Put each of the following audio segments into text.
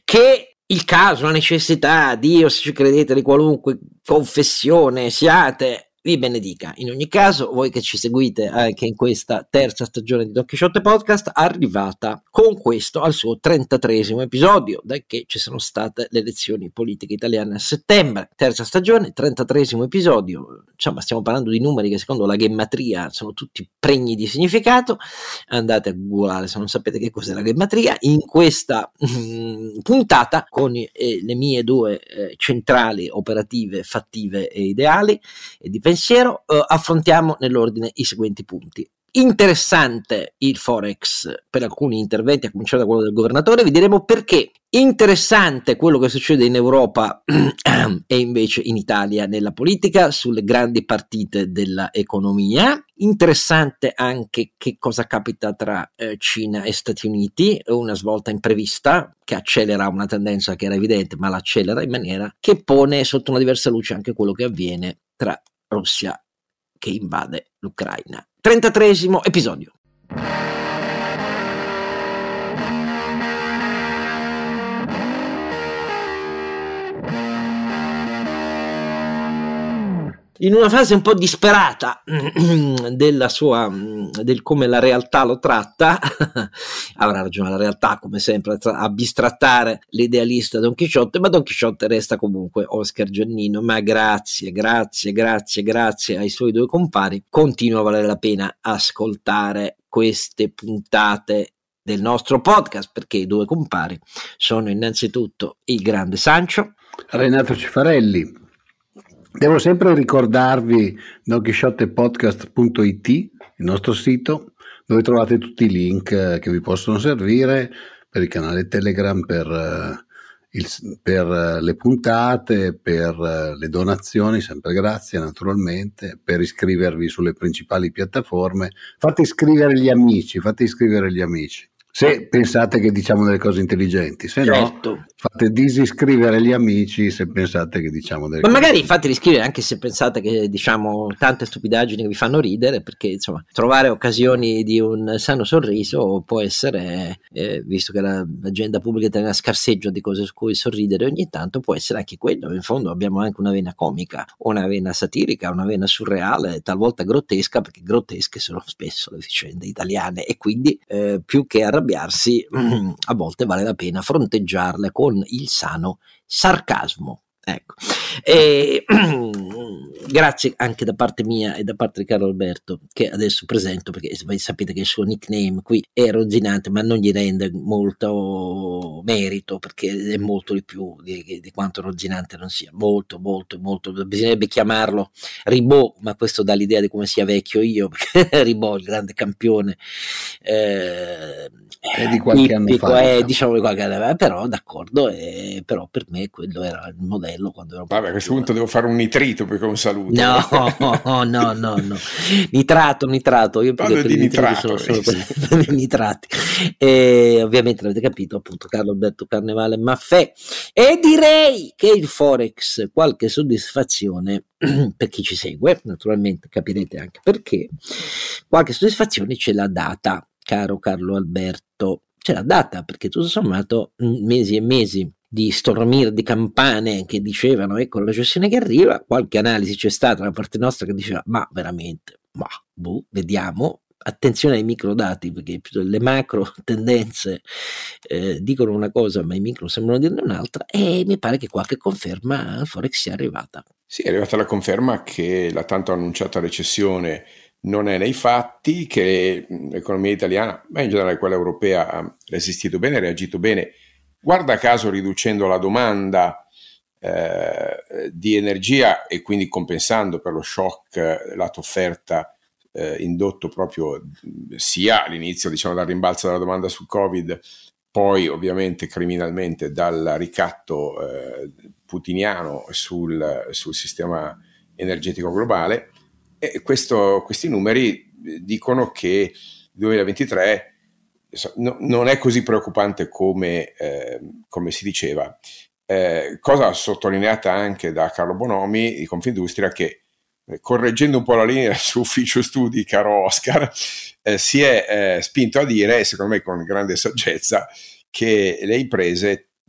che il caso, la necessità, Dio, se ci credete, di qualunque confessione siate, vi benedica. In ogni caso, voi che ci seguite anche in questa terza stagione di Don Chisciotte Podcast, arrivata con questo al suo 33esimo episodio, da che ci sono state le elezioni politiche italiane a settembre. Terza stagione, 33esimo episodio. Insomma, stiamo parlando di numeri che secondo la gemmatria sono tutti pregni di significato. Andate a googolare se non sapete che cos'è la gemmatria. In questa puntata, con le mie due centrali operative, fattive e ideali e di pensiero, affrontiamo nell'ordine i seguenti punti. Interessante il Forex per alcuni interventi, a cominciare da quello del governatore, vi diremo perché. Interessante quello che succede in Europa e invece in Italia nella politica, sulle grandi partite dell'economia. Interessante anche che cosa capita tra Cina e Stati Uniti, una svolta imprevista che accelera una tendenza che era evidente, ma l'accelera in maniera che pone sotto una diversa luce anche quello che avviene tra Russia che invade l'Ucraina. 33esimo episodio. In una fase un po' disperata del come la realtà lo tratta, avrà ragione la realtà come sempre a bistrattare l'idealista Don Chisciotte, ma Don Chisciotte resta comunque Oscar Giannino. Ma grazie ai suoi due compari, continua a valere la pena ascoltare queste puntate del nostro podcast, perché i due compari sono innanzitutto il grande Sancio, Renato Cifarelli. Devo sempre ricordarvi donchisciottepodcast.it, il nostro sito, dove trovate tutti i link che vi possono servire per il canale Telegram, per le puntate, per le donazioni, sempre grazie naturalmente, per iscrivervi sulle principali piattaforme. Fate iscrivere gli amici. Se pensate che diciamo delle cose intelligenti, se certo. No fate disiscrivere gli amici se pensate che diciamo delle cose. Ma magari fateli iscrivere anche se pensate che diciamo tante stupidaggini che vi fanno ridere, perché insomma trovare occasioni di un sano sorriso può essere, visto che l'agenda pubblica italiana scarseggia di cose su cui sorridere ogni tanto, può essere anche quello. In fondo abbiamo anche una vena comica, una vena satirica, una vena surreale, talvolta grottesca, perché grottesche sono spesso le vicende italiane e quindi più che arrabbiarsi a volte vale la pena fronteggiarle con il sano sarcasmo. Ecco. Grazie anche da parte mia e da parte di Carlo Alberto, che adesso presento, perché sapete che il suo nickname qui è ronzinante, ma non gli rende molto merito, perché è molto di più di quanto ronzinante non sia. Molto bisognerebbe chiamarlo Ribot, ma questo dà l'idea di come sia vecchio io, perché Ribot, il grande campione è di qualche anno fa, diciamo di qualche anno fa, però d'accordo, però per me quello era il modello quando ero a questo punto devo fare un nitrito perché un saluto. No. Nitrato. Io parlo di nitrato, sono per i nitrati. E ovviamente avete capito, appunto, Carlo Alberto Carnevale Maffè. E direi che il Forex, qualche soddisfazione per chi ci segue, naturalmente capirete anche perché, qualche soddisfazione ce l'ha data, caro Carlo Alberto. Ce l'ha data perché tutto sommato mesi e mesi di stormir di campane che dicevano ecco la recessione che arriva, qualche analisi c'è stata da parte nostra che diceva ma veramente, vediamo, attenzione ai microdati, perché le macro tendenze dicono una cosa ma i micro sembrano dirne un'altra, e mi pare che qualche conferma al Forex sia arrivata. Sì, è arrivata la conferma che la tanto annunciata recessione non è nei fatti, che l'economia italiana, ma in generale quella europea, ha resistito bene, ha reagito bene, guarda caso riducendo la domanda di energia e quindi compensando per lo shock lato offerta indotto proprio sia all'inizio, diciamo, dal rimbalzo della domanda sul Covid, poi ovviamente criminalmente dal ricatto putiniano sul sistema energetico globale. E questi numeri dicono che il 2023 non è così preoccupante come si diceva, cosa sottolineata anche da Carlo Bonomi di Confindustria, che correggendo un po' la linea su ufficio studi, caro Oscar, si è spinto a dire, secondo me con grande saggezza, che le imprese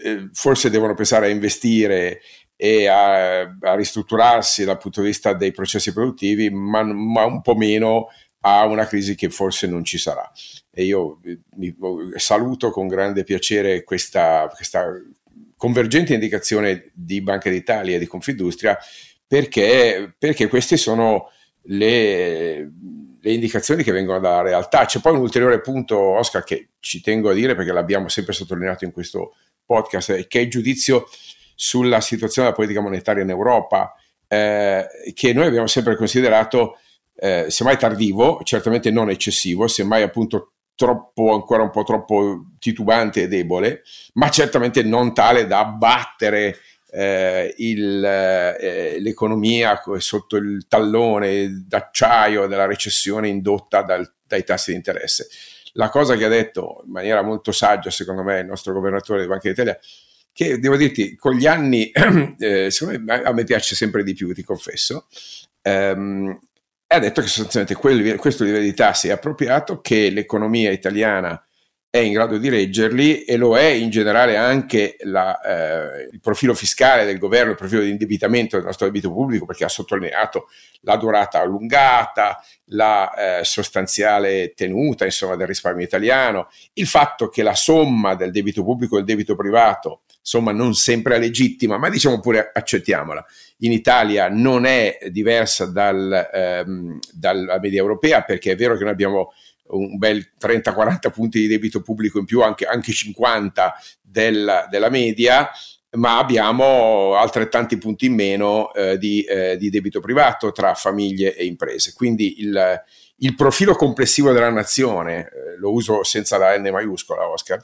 forse devono pensare a investire e a ristrutturarsi dal punto di vista dei processi produttivi, ma un po' meno a una crisi che forse non ci sarà. E io saluto con grande piacere questa convergente indicazione di Banca d'Italia e di Confindustria, perché queste sono le indicazioni che vengono dalla realtà. C'è poi un ulteriore punto, Oscar, che ci tengo a dire perché l'abbiamo sempre sottolineato in questo podcast, che è il giudizio sulla situazione della politica monetaria in Europa, che noi abbiamo sempre considerato semmai tardivo, certamente non eccessivo, semmai appunto ancora un po' troppo titubante e debole, ma certamente non tale da abbattere l'economia sotto il tallone d'acciaio della recessione indotta dai tassi di interesse. La cosa che ha detto in maniera molto saggia, secondo me, il nostro governatore di Banca d'Italia, che devo dirti, con gli anni, secondo me, a me piace sempre di più, ti confesso, ha detto che sostanzialmente questo livello di tassi è appropriato, che l'economia italiana è in grado di reggerli, e lo è in generale anche il profilo fiscale del governo, il profilo di indebitamento del nostro debito pubblico, perché ha sottolineato la durata allungata, la sostanziale tenuta, insomma, del risparmio italiano, il fatto che la somma del debito pubblico e del debito privato, insomma, non sempre è legittima, ma diciamo pure accettiamola, in Italia non è diversa dalla media europea, perché è vero che noi abbiamo un bel 30-40 punti di debito pubblico in più, anche 50 della media, ma abbiamo altrettanti punti in meno di debito privato tra famiglie e imprese. Quindi il profilo complessivo della nazione, lo uso senza la N maiuscola, Oscar,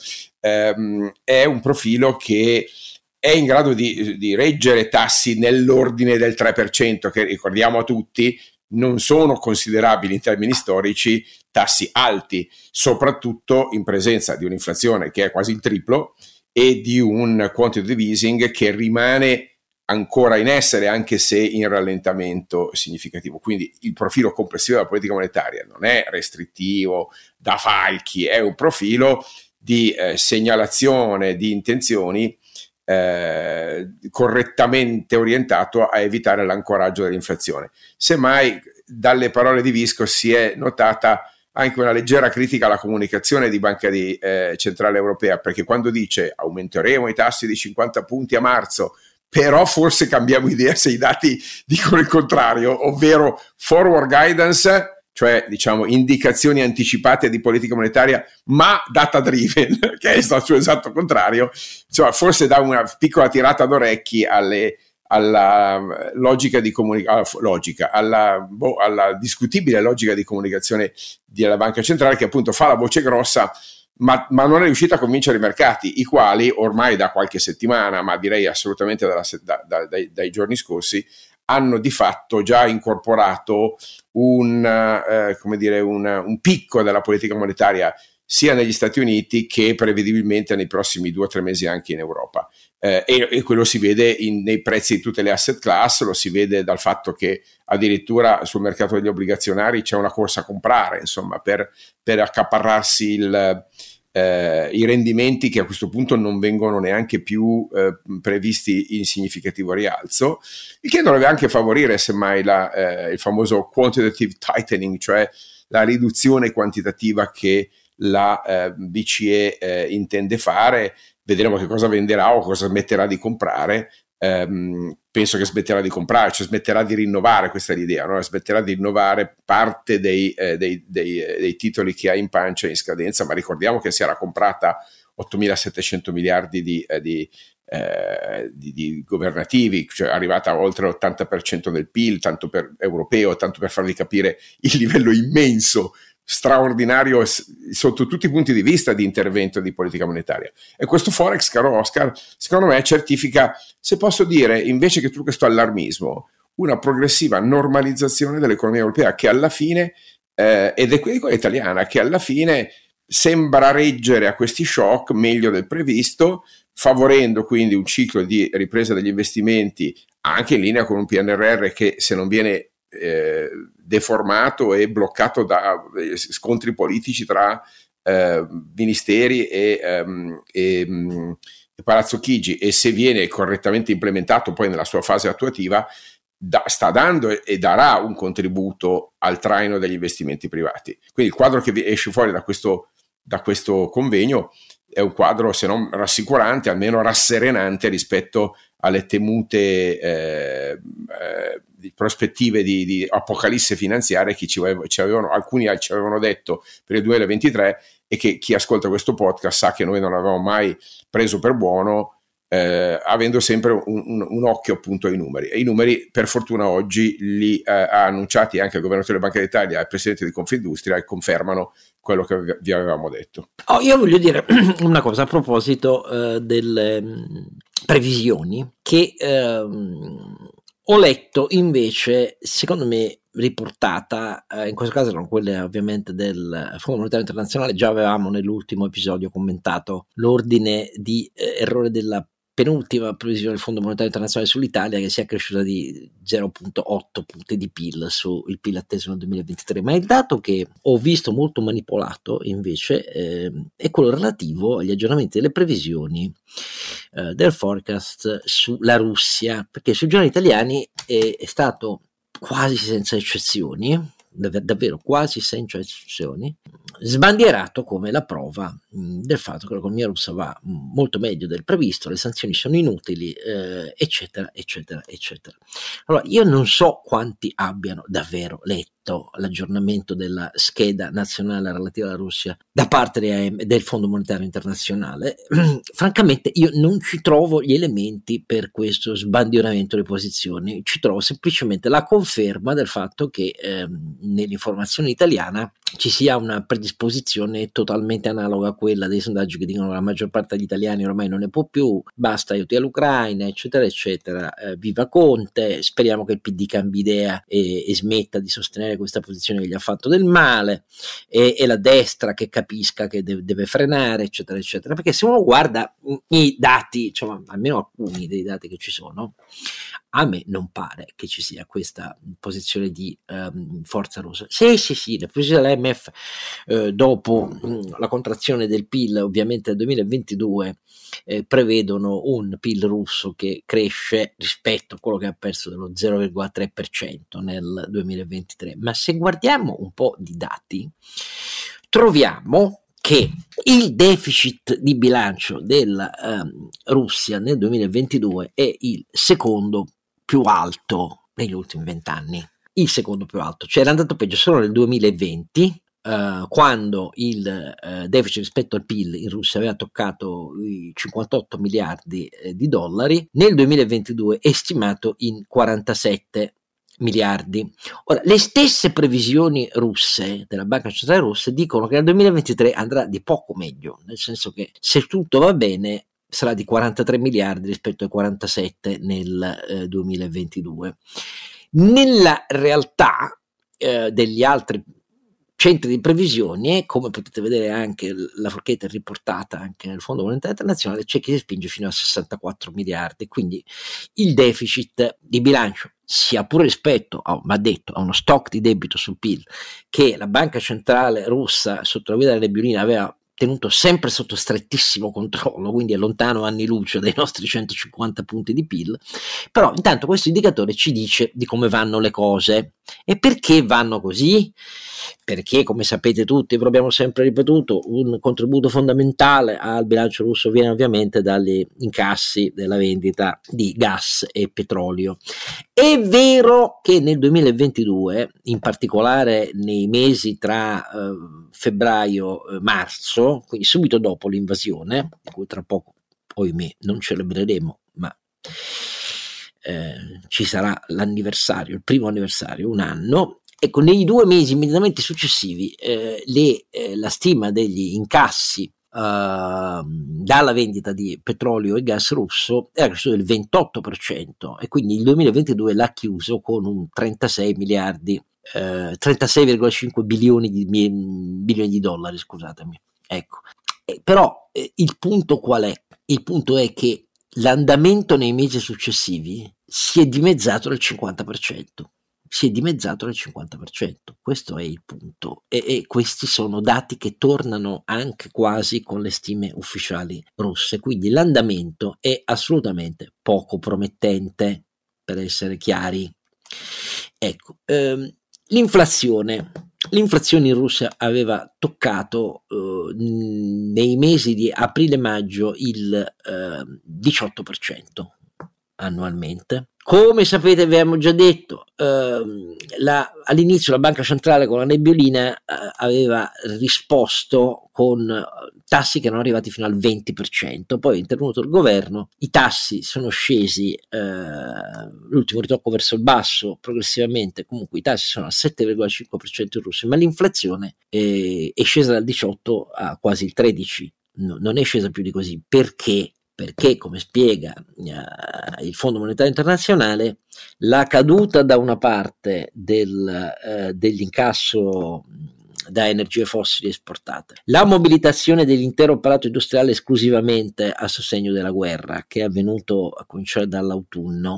è un profilo che è in grado di reggere tassi nell'ordine del 3%, che ricordiamo a tutti non sono considerabili in termini storici tassi alti, soprattutto in presenza di un'inflazione che è quasi il triplo e di un quantitative easing che rimane ancora in essere, anche se in rallentamento significativo. Quindi il profilo complessivo della politica monetaria non è restrittivo da falchi, è un profilo di segnalazione di intenzioni correttamente orientato a evitare l'ancoraggio dell'inflazione. Semmai dalle parole di Visco si è notata anche una leggera critica alla comunicazione di Banca Centrale Europea, perché quando dice aumenteremo i tassi di 50 punti a marzo, però forse cambiamo idea se i dati dicono il contrario, ovvero forward guidance, cioè diciamo indicazioni anticipate di politica monetaria ma data driven, che è il suo esatto contrario, insomma, forse dà una piccola tirata d'orecchi alla logica di alla discutibile logica di comunicazione della Banca Centrale, che appunto fa la voce grossa ma non è riuscita a convincere i mercati, i quali ormai da qualche settimana, ma direi assolutamente dai giorni scorsi, hanno di fatto già incorporato un picco della politica monetaria sia negli Stati Uniti che prevedibilmente nei prossimi 2 o 3 mesi anche in Europa, e quello si vede nei prezzi di tutte le asset class, lo si vede dal fatto che addirittura sul mercato degli obbligazionari c'è una corsa a comprare, insomma, per accaparrarsi i rendimenti che a questo punto non vengono neanche più previsti in significativo rialzo, il che dovrebbe anche favorire semmai il famoso quantitative tightening, cioè la riduzione quantitativa che la BCE intende fare. Vedremo che cosa venderà o cosa smetterà di comprare. Penso che smetterà di comprare, cioè smetterà di rinnovare, questa è l'idea, no? Smetterà di rinnovare parte dei titoli che ha in pancia in scadenza, ma ricordiamo che si era comprata 8.700 miliardi di governativi, cioè arrivata a oltre l'80% del PIL, tanto per europeo, tanto per farvi capire il livello immenso, straordinario sotto tutti i punti di vista di intervento di politica monetaria. E questo Forex, caro Oscar, secondo me certifica, se posso dire, invece che tutto questo allarmismo, una progressiva normalizzazione dell'economia europea che alla fine, ed è quella italiana, che alla fine sembra reggere a questi shock meglio del previsto, favorendo quindi un ciclo di ripresa degli investimenti anche in linea con un PNRR che, se non viene deformato e bloccato da scontri politici tra ministeri e Palazzo Chigi, e se viene correttamente implementato poi nella sua fase attuativa, sta dando e darà un contributo al traino degli investimenti privati. Quindi il quadro che esce fuori da questo convegno è un quadro, se non rassicurante, almeno rasserenante rispetto alle temute prospettive di apocalisse finanziaria che alcuni ci avevano detto per il 2023, e che chi ascolta questo podcast sa che noi non l'avevamo mai preso per buono, avendo sempre un occhio appunto ai numeri. E i numeri, per fortuna, oggi li ha annunciati anche il governatore della Banca d'Italia e il presidente di Confindustria, e confermano quello che vi avevamo detto. Io voglio dire una cosa a proposito delle previsioni che ho letto invece, secondo me riportata, in questo caso erano quelle ovviamente del Fondo Monetario Internazionale. Già avevamo nell'ultimo episodio commentato l'ordine di errore della penultima previsione del Fondo Monetario Internazionale sull'Italia, che si è cresciuta di 0,8 punti di PIL sul PIL atteso nel 2023, ma il dato che ho visto molto manipolato invece è quello relativo agli aggiornamenti delle previsioni del forecast sulla Russia, perché sui giornali italiani è stato quasi senza eccezioni, davvero quasi senza eccezioni, sbandierato come la prova del fatto che l'economia russa va molto meglio del previsto, le sanzioni sono inutili, eccetera, eccetera, eccetera. Allora, io non so quanti abbiano davvero letto l'aggiornamento della scheda nazionale relativa alla Russia da parte del Fondo Monetario Internazionale. Francamente io non ci trovo gli elementi per questo sbandieramento delle posizioni, ci trovo semplicemente la conferma del fatto che nell'informazione italiana ci sia una predisposizione totalmente analoga a quella dei sondaggi che dicono che la maggior parte degli italiani ormai non ne può più, basta aiuti all'Ucraina, eccetera eccetera, viva Conte, speriamo che il PD cambi idea e smetta di sostenere questa posizione che gli ha fatto del male, e la destra che capisca che deve frenare, eccetera eccetera, perché se uno guarda i dati, insomma almeno alcuni dei dati che ci sono, a me non pare che ci sia questa posizione di forza russa. Sì, le previsioni dell'IMF dopo la contrazione del PIL ovviamente nel 2022 prevedono un PIL russo che cresce rispetto a quello che ha perso dello 0,3% nel 2023, ma se guardiamo un po' di dati troviamo che il deficit di bilancio della Russia nel 2022 è il secondo più alto negli ultimi 20 anni, il secondo più alto, cioè era andato peggio solo nel 2020, quando il deficit rispetto al PIL in Russia aveva toccato i 58 miliardi di dollari, nel 2022 è stimato in 47 miliardi. Ora, le stesse previsioni russe della Banca Centrale Russa dicono che nel 2023 andrà di poco meglio, nel senso che se tutto va bene sarà di 43 miliardi rispetto ai 47 nel 2022. Nella realtà degli altri centri di previsioni, come potete vedere anche la forchetta è riportata anche nel Fondo Monetario Internazionale, c'è chi si spinge fino a 64 miliardi, quindi il deficit di bilancio, sia pure rispetto a uno stock di debito sul PIL che la Banca Centrale Russa sotto la guida della Nebbiolina aveva tenuto sempre sotto strettissimo controllo, quindi è lontano anni luce dai nostri 150 punti di PIL, però intanto questo indicatore ci dice di come vanno le cose. E perché vanno così? Perché, come sapete tutti, ve l'abbiamo sempre ripetuto, un contributo fondamentale al bilancio russo viene ovviamente dagli incassi della vendita di gas e petrolio. È vero che nel 2022, in particolare nei mesi tra febbraio e marzo, quindi subito dopo l'invasione, di cui tra poco, ohimè, non celebreremo, ma ci sarà l'anniversario, il primo anniversario, un anno. Ecco, nei 2 mesi immediatamente successivi la stima degli incassi dalla vendita di petrolio e gas russo era cresciuto del 28%, e quindi il 2022 l'ha chiuso con un 36 miliardi 36,5 bilioni di dollari, scusatemi. Ecco. Però il punto qual è? Il punto è che l'andamento nei mesi successivi si è dimezzato del 50%. si è dimezzato del 50%. Questo è il punto, e questi sono dati che tornano anche quasi con le stime ufficiali russe, quindi l'andamento è assolutamente poco promettente, per essere chiari. Ecco, l'inflazione in Russia aveva toccato nei mesi di aprile-maggio il 18% annualmente. Come sapete, abbiamo già detto, all'inizio la banca centrale con la nebbiolina aveva risposto con tassi che erano arrivati fino al 20%, poi è intervenuto il governo, i tassi sono scesi, l'ultimo ritocco verso il basso progressivamente, comunque i tassi sono al 7,5% in Russia, ma l'inflazione è scesa dal 18 a quasi il 13, non è scesa più di così. Perché? Perché, come spiega il Fondo Monetario Internazionale, la caduta da una parte dell'incasso da energie fossili esportate, la mobilitazione dell'intero apparato industriale esclusivamente a sostegno della guerra, che è avvenuto a cominciare dall'autunno,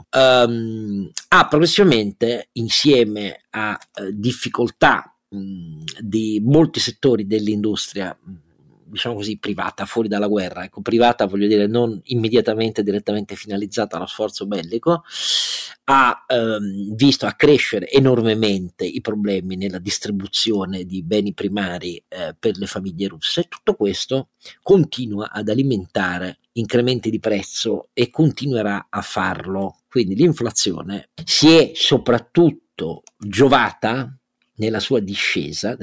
ha progressivamente, insieme a difficoltà di molti settori dell'industria, diciamo così, privata, fuori dalla guerra, ecco, privata voglio dire non immediatamente direttamente finalizzata allo sforzo bellico, ha visto accrescere enormemente i problemi nella distribuzione di beni primari per le famiglie russe. Tutto questo continua ad alimentare incrementi di prezzo e continuerà a farlo, quindi l'inflazione si è soprattutto giovata nella sua discesa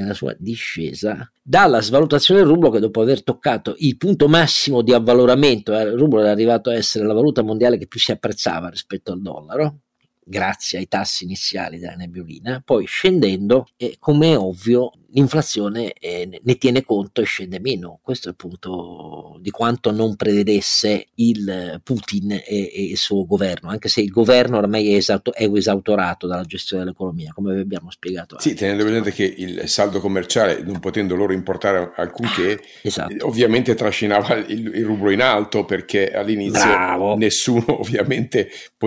dalla svalutazione del rublo, che dopo aver toccato il punto massimo di avvaloramento, il rublo era arrivato a essere la valuta mondiale che più si apprezzava rispetto al dollaro, grazie ai tassi iniziali della nebbiolina, poi scendendo, e come è ovvio l'inflazione ne tiene conto e scende meno. Questo è il punto di quanto non prevedesse Putin e il suo governo, anche se il governo ormai è esautorato dalla gestione dell'economia, come vi abbiamo spiegato anche. Sì, tenendo presente che il saldo commerciale, non potendo loro importare alcunché, esatto, ovviamente trascinava il rublo in alto, perché all'inizio nessuno ovviamente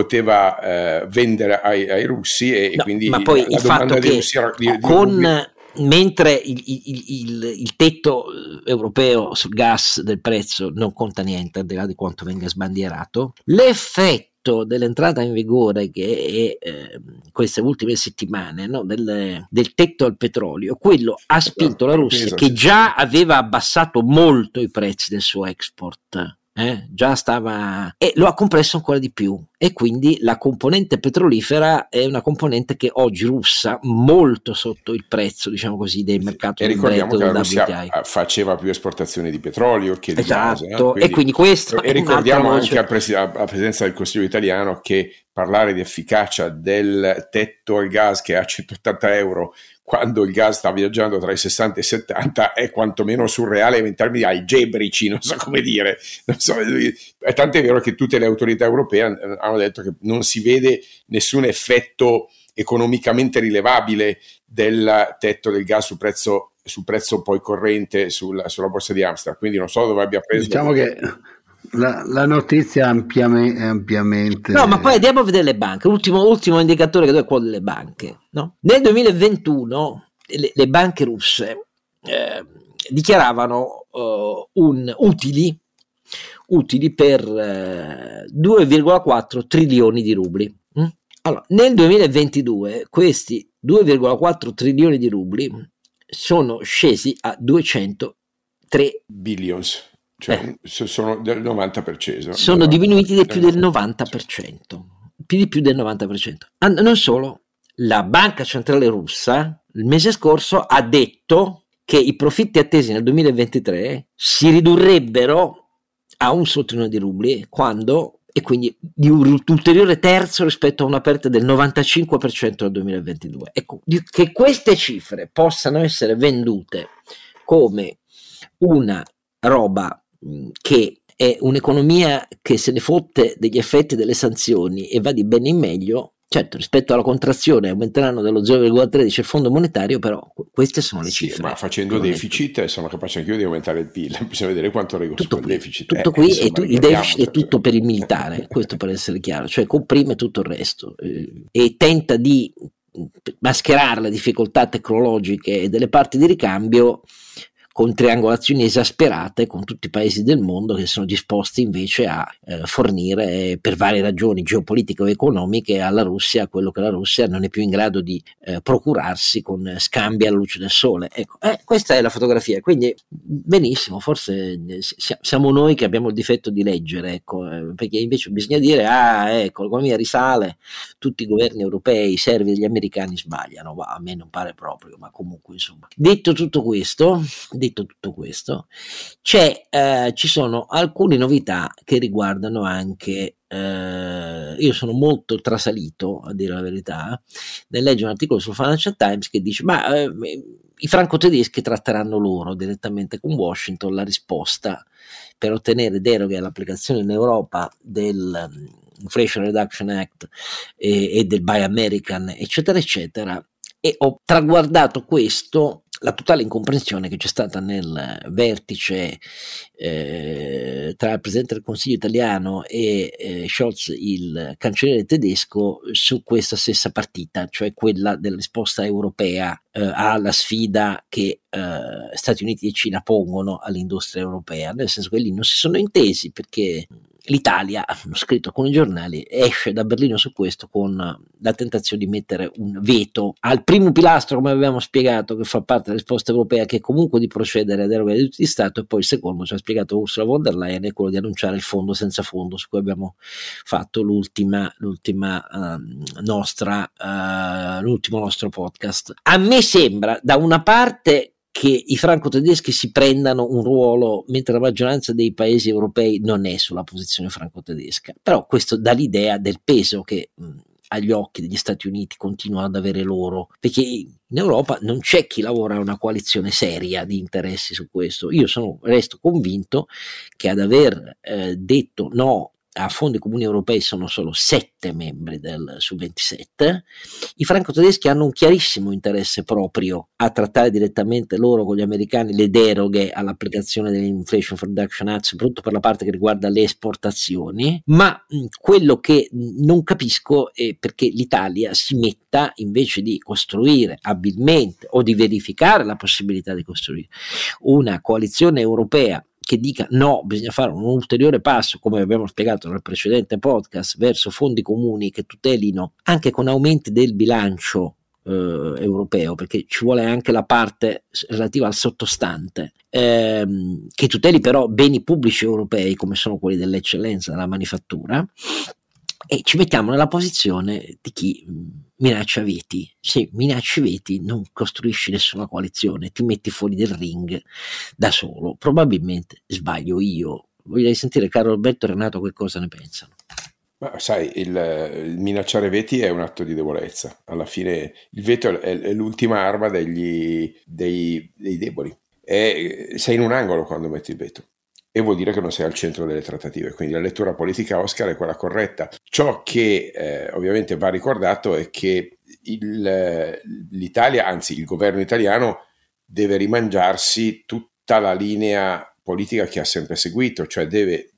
poteva vendere ai russi, e quindi ma poi la domanda dei russi era mentre il tetto europeo sul gas del prezzo non conta niente, al di là di quanto venga sbandierato, l'effetto dell'entrata in vigore che è queste ultime settimane, no, del tetto al petrolio, quello ha spinto la Russia, che già aveva abbassato molto i prezzi del suo export, già stava, e lo ha compresso ancora di più, e quindi la componente petrolifera è una componente che oggi russa, molto sotto il prezzo, diciamo così, del mercato del Brent, che la Russia faceva più esportazioni di petrolio che di esatto, gas, e quindi questo e ricordiamo anche alla presenza del Consiglio italiano che parlare di efficacia del tetto al gas, che è a 180 euro, quando il gas sta viaggiando tra i 60 e i 70, è quantomeno surreale in termini algebrici, non so come dire. È tant'è vero che tutte le autorità europee hanno detto che non si vede nessun effetto economicamente rilevabile del tetto del gas sul prezzo poi corrente sulla borsa di Amsterdam, quindi non so dove abbia preso. Diciamo che la notizia è ampiamente... No, ma poi andiamo a vedere le banche. L'ultimo indicatore che do è quello delle banche, no? Nel 2021 le banche russe dichiaravano utili per 2,4 trilioni di rubli. Allora, nel 2022 questi 2,4 trilioni di rubli sono scesi a 203 billions. Cioè, sono del 90%. Sono diminuiti di più del 90%. Più del 90%. Non solo, la Banca Centrale Russa il mese scorso ha detto che i profitti attesi nel 2023 si ridurrebbero a un solo trilione di rubli, e quindi di un ulteriore terzo rispetto a una perdita del 95% nel 2022. Ecco, che queste cifre possano essere vendute come una roba che è un'economia che se ne fotte degli effetti delle sanzioni e va di bene in meglio, certo, rispetto alla contrazione aumenteranno dello 0,13 il fondo monetario, però queste sono le cifre. Ma facendo deficit sono capaci anche io di aumentare il PIL, bisogna vedere quanto reggo il deficit. Tutto qui, insomma, il deficit è tutto per il militare, questo per essere chiaro, cioè comprime tutto il resto e tenta di mascherare le difficoltà tecnologiche delle parti di ricambio con triangolazioni esasperate con tutti i paesi del mondo che sono disposti invece a fornire per varie ragioni geopolitiche o economiche alla Russia quello che la Russia non è più in grado di procurarsi con scambi alla luce del sole. Ecco, questa è la fotografia, quindi benissimo, forse siamo noi che abbiamo il difetto di leggere, ecco, perché invece bisogna dire ecco, l'economia risale, tutti i governi europei servi degli americani sbagliano, a me non pare proprio, ma comunque insomma. Detto tutto questo, ci sono alcune novità che riguardano anche, io sono molto trasalito a dire la verità nel leggere un articolo sul Financial Times che dice i franco-tedeschi tratteranno loro direttamente con Washington la risposta per ottenere deroghe all'applicazione in Europa del Inflation Reduction Act e del Buy American eccetera eccetera, e ho traguardato questo la totale incomprensione che c'è stata nel vertice tra il Presidente del Consiglio italiano e Scholz, il cancelliere tedesco, su questa stessa partita, cioè quella della risposta europea alla sfida che Stati Uniti e Cina pongono all'industria europea, nel senso che lì non si sono intesi perché l'Italia, hanno scritto alcuni giornali, esce da Berlino su questo con la tentazione di mettere un veto al primo pilastro, come avevamo spiegato, che fa parte della risposta europea, che è comunque di procedere a deroghe di tutti gli Stati, e poi il secondo, ci ha spiegato Ursula von der Leyen, è quello di annunciare il fondo senza fondo, su cui abbiamo fatto l'ultimo nostro podcast. A me sembra, da una parte, che i franco-tedeschi si prendano un ruolo mentre la maggioranza dei paesi europei non è sulla posizione franco-tedesca, però questo dà l'idea del peso che agli occhi degli Stati Uniti continuano ad avere loro, perché in Europa non c'è chi lavora a una coalizione seria di interessi su questo. Io resto convinto che ad aver detto no a fondi comuni europei sono solo 7 membri su 27. I franco-tedeschi hanno un chiarissimo interesse proprio a trattare direttamente loro con gli americani le deroghe all'applicazione dell'Inflation Reduction Act, soprattutto per la parte che riguarda le esportazioni, ma quello che non capisco è perché l'Italia si metta, invece di costruire abilmente o di verificare la possibilità di costruire una coalizione europea che dica no, bisogna fare un ulteriore passo, come abbiamo spiegato nel precedente podcast, verso fondi comuni che tutelino anche con aumenti del bilancio europeo, perché ci vuole anche la parte relativa al sottostante, che tuteli però beni pubblici europei come sono quelli dell'eccellenza della manifattura, e ci mettiamo nella posizione di chi minaccia veti. Se minacci veti non costruisci nessuna coalizione, ti metti fuori del ring da solo. Probabilmente sbaglio io. Voglio sentire Carlo Alberto e Renato che cosa ne pensano. Ma sai, il minacciare veti è un atto di debolezza. Alla fine il veto è l'ultima arma dei deboli. Sei in un angolo quando metti il veto. E vuol dire che non sei al centro delle trattative, quindi la lettura politica, Oscar, è quella corretta. Ciò che ovviamente va ricordato è che l'Italia, anzi il governo italiano, deve rimangiarsi tutta la linea politica che ha sempre seguito, cioè deve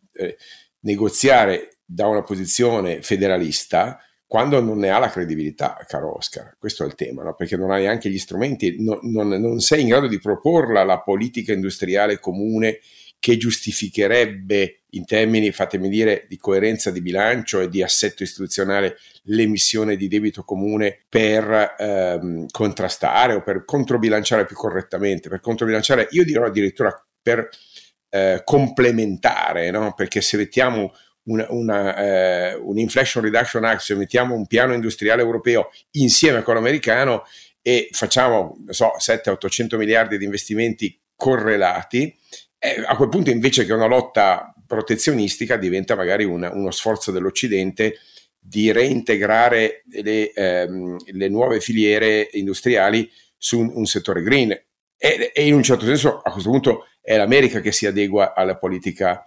negoziare da una posizione federalista quando non ne ha la credibilità, caro Oscar. Questo è il tema, no? Perché non hai neanche gli strumenti, non sei in grado di proporla la politica industriale comune che giustificherebbe in termini, fatemi dire, di coerenza di bilancio e di assetto istituzionale l'emissione di debito comune per contrastare o per controbilanciare più correttamente, per controbilanciare, io dirò addirittura per complementare, no? Perché se mettiamo un Inflation Reduction Act, se mettiamo un piano industriale europeo insieme a quello americano e facciamo, 700-800 miliardi di investimenti correlati, a quel punto, invece che una lotta protezionistica, diventa magari uno sforzo dell'Occidente di reintegrare le nuove filiere industriali su un settore green, e in un certo senso a questo punto è l'America che si adegua alla politica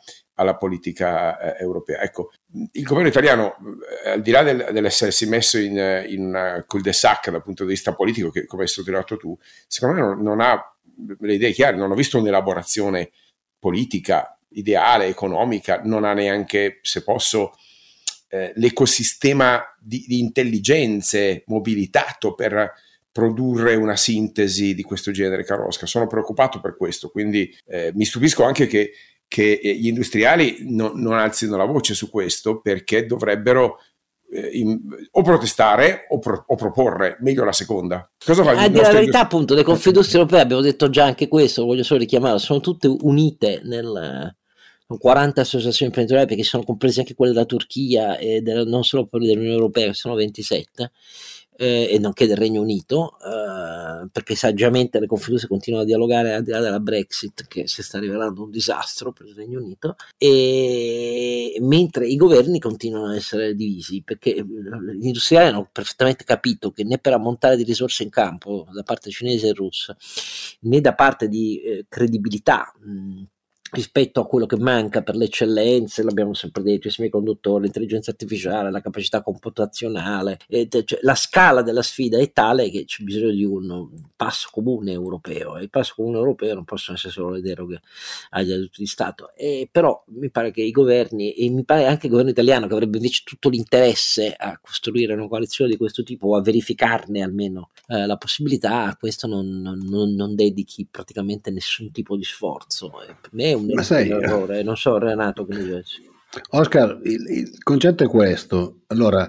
europea. Ecco, il governo italiano, al di là dell'essersi messo in una cul-de-sac dal punto di vista politico, che come hai sottolineato tu, secondo me non ha le idee chiare, non ho visto un'elaborazione politica, ideale, economica, non ha neanche, se posso l'ecosistema di intelligenze mobilitato per produrre una sintesi di questo genere, caro Oscar. Sono preoccupato per questo, quindi mi stupisco anche che gli industriali non alzino la voce su questo, perché dovrebbero o protestare o proporre, meglio la seconda. Cosa fa a dire la verità, appunto, le Confindustrie europee, abbiamo detto già anche questo, voglio solo richiamarlo, sono tutte unite nel 40 associazioni imprenditoriali, perché sono comprese anche quelle della Turchia e non solo quelle dell'Unione Europea, che sono 27, e nonché del Regno Unito, perché saggiamente le Confindustrie continuano a dialogare al di là della Brexit, che si sta rivelando un disastro per il Regno Unito, e mentre i governi continuano a essere divisi, perché gli industriali hanno perfettamente capito che né per ammontare di risorse in campo da parte cinese e russa, né da parte di credibilità rispetto a quello che manca per le eccellenze, l'abbiamo sempre detto, i semiconduttori, l'intelligenza artificiale, la capacità computazionale, cioè, la scala della sfida è tale che c'è bisogno di un passo comune europeo, e il passo comune europeo non possono essere solo le deroghe agli aiuti di Stato, però mi pare che i governi, e mi pare anche il governo italiano, che avrebbe invece tutto l'interesse a costruire una coalizione di questo tipo, o a verificarne almeno la possibilità, a questo non dedichi praticamente nessun tipo di sforzo. Per me è un errore, non so Renato che ne pensi. Oscar, il concetto è questo. Allora,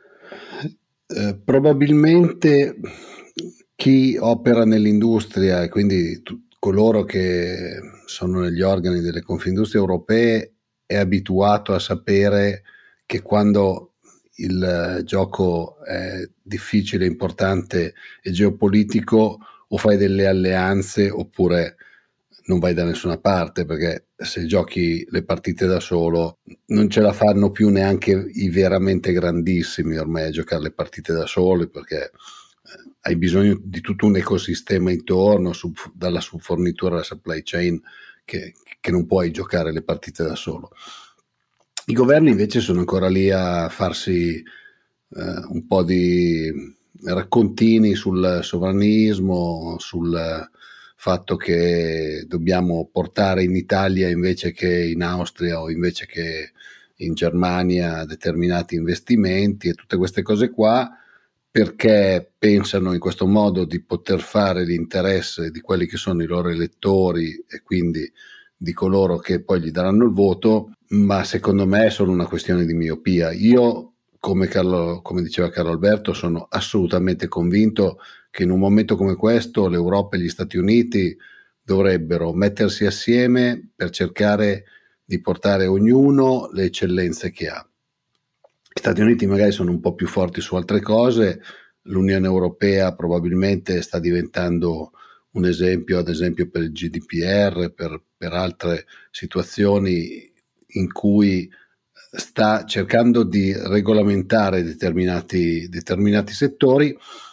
probabilmente chi opera nell'industria, e quindi coloro che sono negli organi delle Confindustrie europee, è abituato a sapere che quando il gioco è difficile, importante e geopolitico, o fai delle alleanze oppure non vai da nessuna parte, perché se giochi le partite da solo non ce la fanno più neanche i veramente grandissimi ormai a giocare le partite da soli, perché hai bisogno di tutto un ecosistema intorno, dalla subfornitura alla supply chain, che non puoi giocare le partite da solo. I governi invece sono ancora lì a farsi un po' di raccontini sul sovranismo, sul fatto che dobbiamo portare in Italia invece che in Austria o invece che in Germania determinati investimenti e tutte queste cose qua, perché pensano in questo modo di poter fare l'interesse di quelli che sono i loro elettori e quindi di coloro che poi gli daranno il voto, ma secondo me è solo una questione di miopia. Io, come diceva Carlo Alberto, sono assolutamente convinto che in un momento come questo l'Europa e gli Stati Uniti dovrebbero mettersi assieme per cercare di portare ognuno le eccellenze che ha. Gli Stati Uniti magari sono un po' più forti su altre cose, l'Unione Europea probabilmente sta diventando un esempio, ad esempio per il GDPR, per altre situazioni in cui sta cercando di regolamentare determinati settori.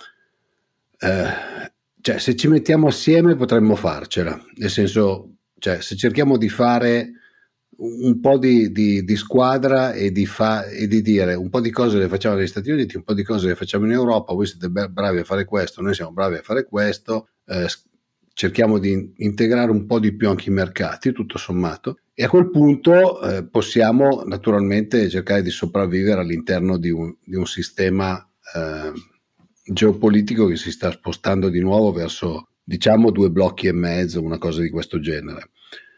Cioè, se ci mettiamo assieme potremmo farcela, nel senso, cioè, se cerchiamo di fare un po' di squadra e di dire un po' di cose le facciamo negli Stati Uniti, un po' di cose le facciamo in Europa, voi siete bravi a fare questo, noi siamo bravi a fare questo, cerchiamo di integrare un po' di più anche i mercati, tutto sommato, e a quel punto possiamo naturalmente cercare di sopravvivere all'interno di un sistema geopolitico che si sta spostando di nuovo verso, diciamo, 2 blocchi e mezzo, una cosa di questo genere.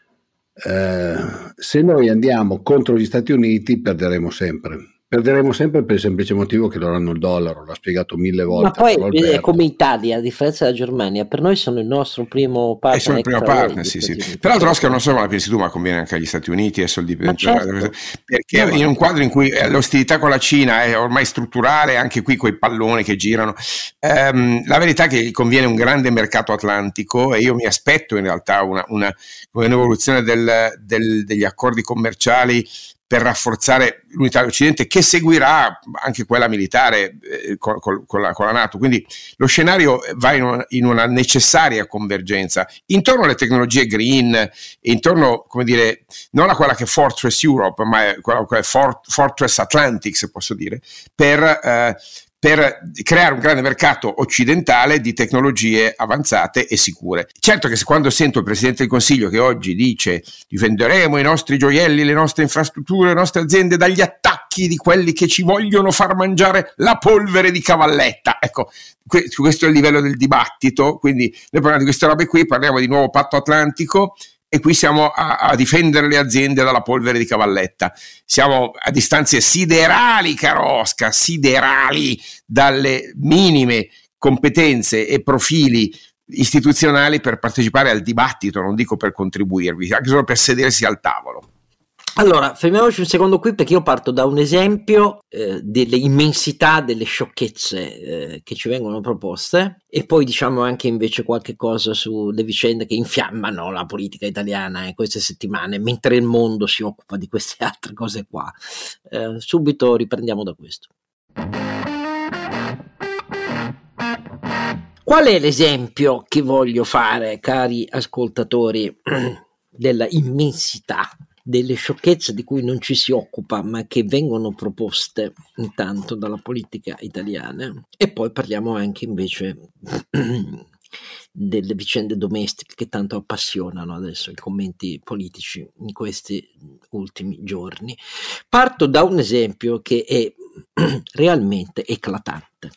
Se noi andiamo contro gli Stati Uniti perderemo sempre per il semplice motivo che loro hanno il dollaro, l'ha spiegato 1000 volte. Ma poi è come Italia, a differenza della Germania, per noi sono il nostro primo partner. Sono il primo partner, sì. Peraltro, Oscar, non so come la pensi tu, ma conviene anche agli Stati Uniti, certo. Perché in un quadro in cui l'ostilità con la Cina è ormai strutturale, anche qui quei palloni che girano, la verità è che conviene un grande mercato atlantico, e io mi aspetto in realtà un'evoluzione degli accordi commerciali per rafforzare l'unità dell'Occidente, che seguirà anche quella militare con la NATO. Quindi lo scenario va in una necessaria convergenza intorno alle tecnologie green, e intorno, come dire, non a quella che è Fortress Europe, ma quella che è Fortress Atlantic, se posso dire, per creare un grande mercato occidentale di tecnologie avanzate e sicure. Certo che quando sento il Presidente del Consiglio che oggi dice difenderemo i nostri gioielli, le nostre infrastrutture, le nostre aziende dagli attacchi attacchi di quelli che ci vogliono far mangiare la polvere di cavalletta. Ecco, questo è il livello del dibattito, quindi noi parliamo di queste robe qui, parliamo di nuovo patto atlantico, e qui siamo a difendere le aziende dalla polvere di cavalletta. Siamo a distanze siderali, caro Oscar, siderali dalle minime competenze e profili istituzionali per partecipare al dibattito, non dico per contribuirvi, anche solo per sedersi al tavolo. Allora, fermiamoci un secondo qui, perché io parto da un esempio delle immensità, delle sciocchezze che ci vengono proposte, e poi diciamo anche invece qualche cosa sulle vicende che infiammano la politica italiana in queste settimane, mentre il mondo si occupa di queste altre cose qua. Subito riprendiamo da questo. Qual è l'esempio che voglio fare, cari ascoltatori, della immensità, delle sciocchezze di cui non ci si occupa ma che vengono proposte intanto dalla politica italiana? E poi parliamo anche invece delle vicende domestiche che tanto appassionano adesso i commenti politici in questi ultimi giorni. Parto da un esempio che è realmente eclatante.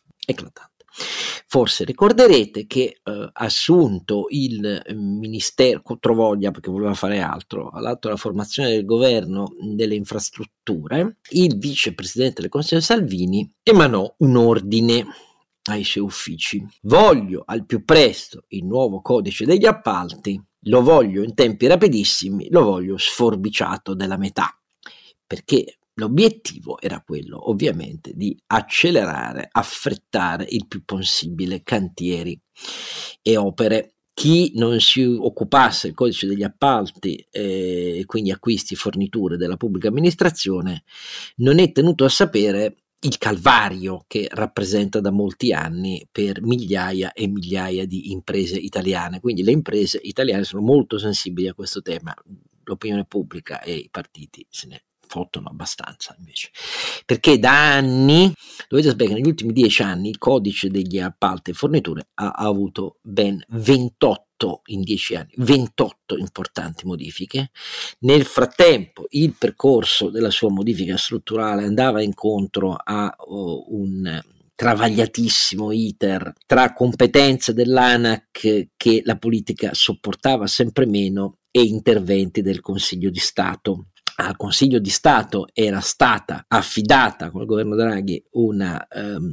Forse ricorderete che assunto il ministero controvoglia, perché voleva fare altro, all'atto della formazione del governo delle infrastrutture, il vicepresidente del Consiglio Salvini emanò un ordine ai suoi uffici: voglio al più presto il nuovo codice degli appalti, lo voglio in tempi rapidissimi, lo voglio sforbiciato della metà, perché l'obiettivo era quello ovviamente di accelerare, affrettare il più possibile cantieri e opere. Chi non si occupasse del codice degli appalti e quindi acquisti, forniture della pubblica amministrazione, non è tenuto a sapere il calvario che rappresenta da molti anni per migliaia e migliaia di imprese italiane. Quindi le imprese italiane sono molto sensibili a questo tema, l'opinione pubblica e i partiti se ne fottono abbastanza invece, perché da anni, dovete sapere che negli ultimi 10 anni il codice degli appalti e forniture ha avuto ben 28 in 10 anni, 28 importanti modifiche. Nel frattempo il percorso della sua modifica strutturale andava incontro a un travagliatissimo iter tra competenze dell'ANAC che la politica sopportava sempre meno e interventi del Consiglio di Stato. Al Consiglio di Stato era stata affidata con il governo Draghi una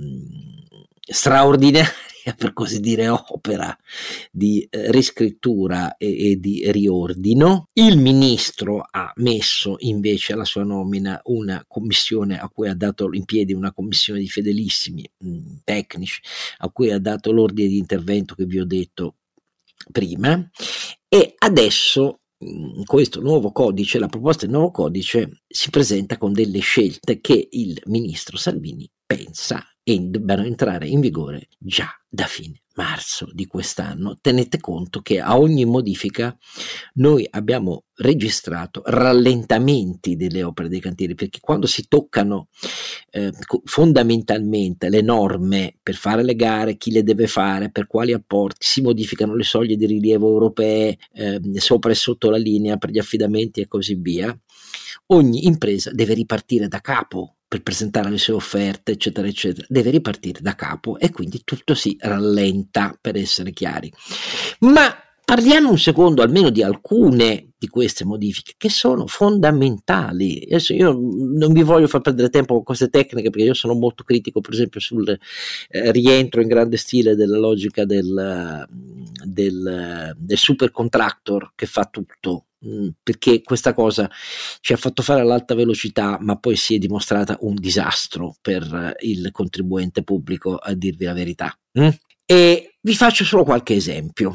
straordinaria, per così dire, opera di riscrittura e di riordino. Il ministro ha messo invece alla sua nomina una commissione a cui ha dato in piedi una commissione di fedelissimi tecnici, a cui ha dato l'ordine di intervento che vi ho detto prima, e adesso in questo nuovo codice, la proposta del nuovo codice si presenta con delle scelte che il ministro Salvini pensa e debbano entrare in vigore già da fine marzo di quest'anno. Tenete conto che a ogni modifica noi abbiamo registrato rallentamenti delle opere dei cantieri, perché quando si toccano fondamentalmente le norme per fare le gare, chi le deve fare, per quali apporti, si modificano le soglie di rilievo europee sopra e sotto la linea per gli affidamenti e così via, ogni impresa deve ripartire da capo per presentare le sue offerte, eccetera, eccetera, deve ripartire da capo e quindi tutto si rallenta, per essere chiari. Ma parliamo un secondo almeno di alcune di queste modifiche che sono fondamentali. Adesso io non vi voglio far perdere tempo con queste tecniche, perché io sono molto critico per esempio sul rientro in grande stile della logica del super contractor che fa tutto, perché questa cosa ci ha fatto fare all'alta velocità, ma poi si è dimostrata un disastro per il contribuente pubblico, a dirvi la verità. E vi faccio solo qualche esempio.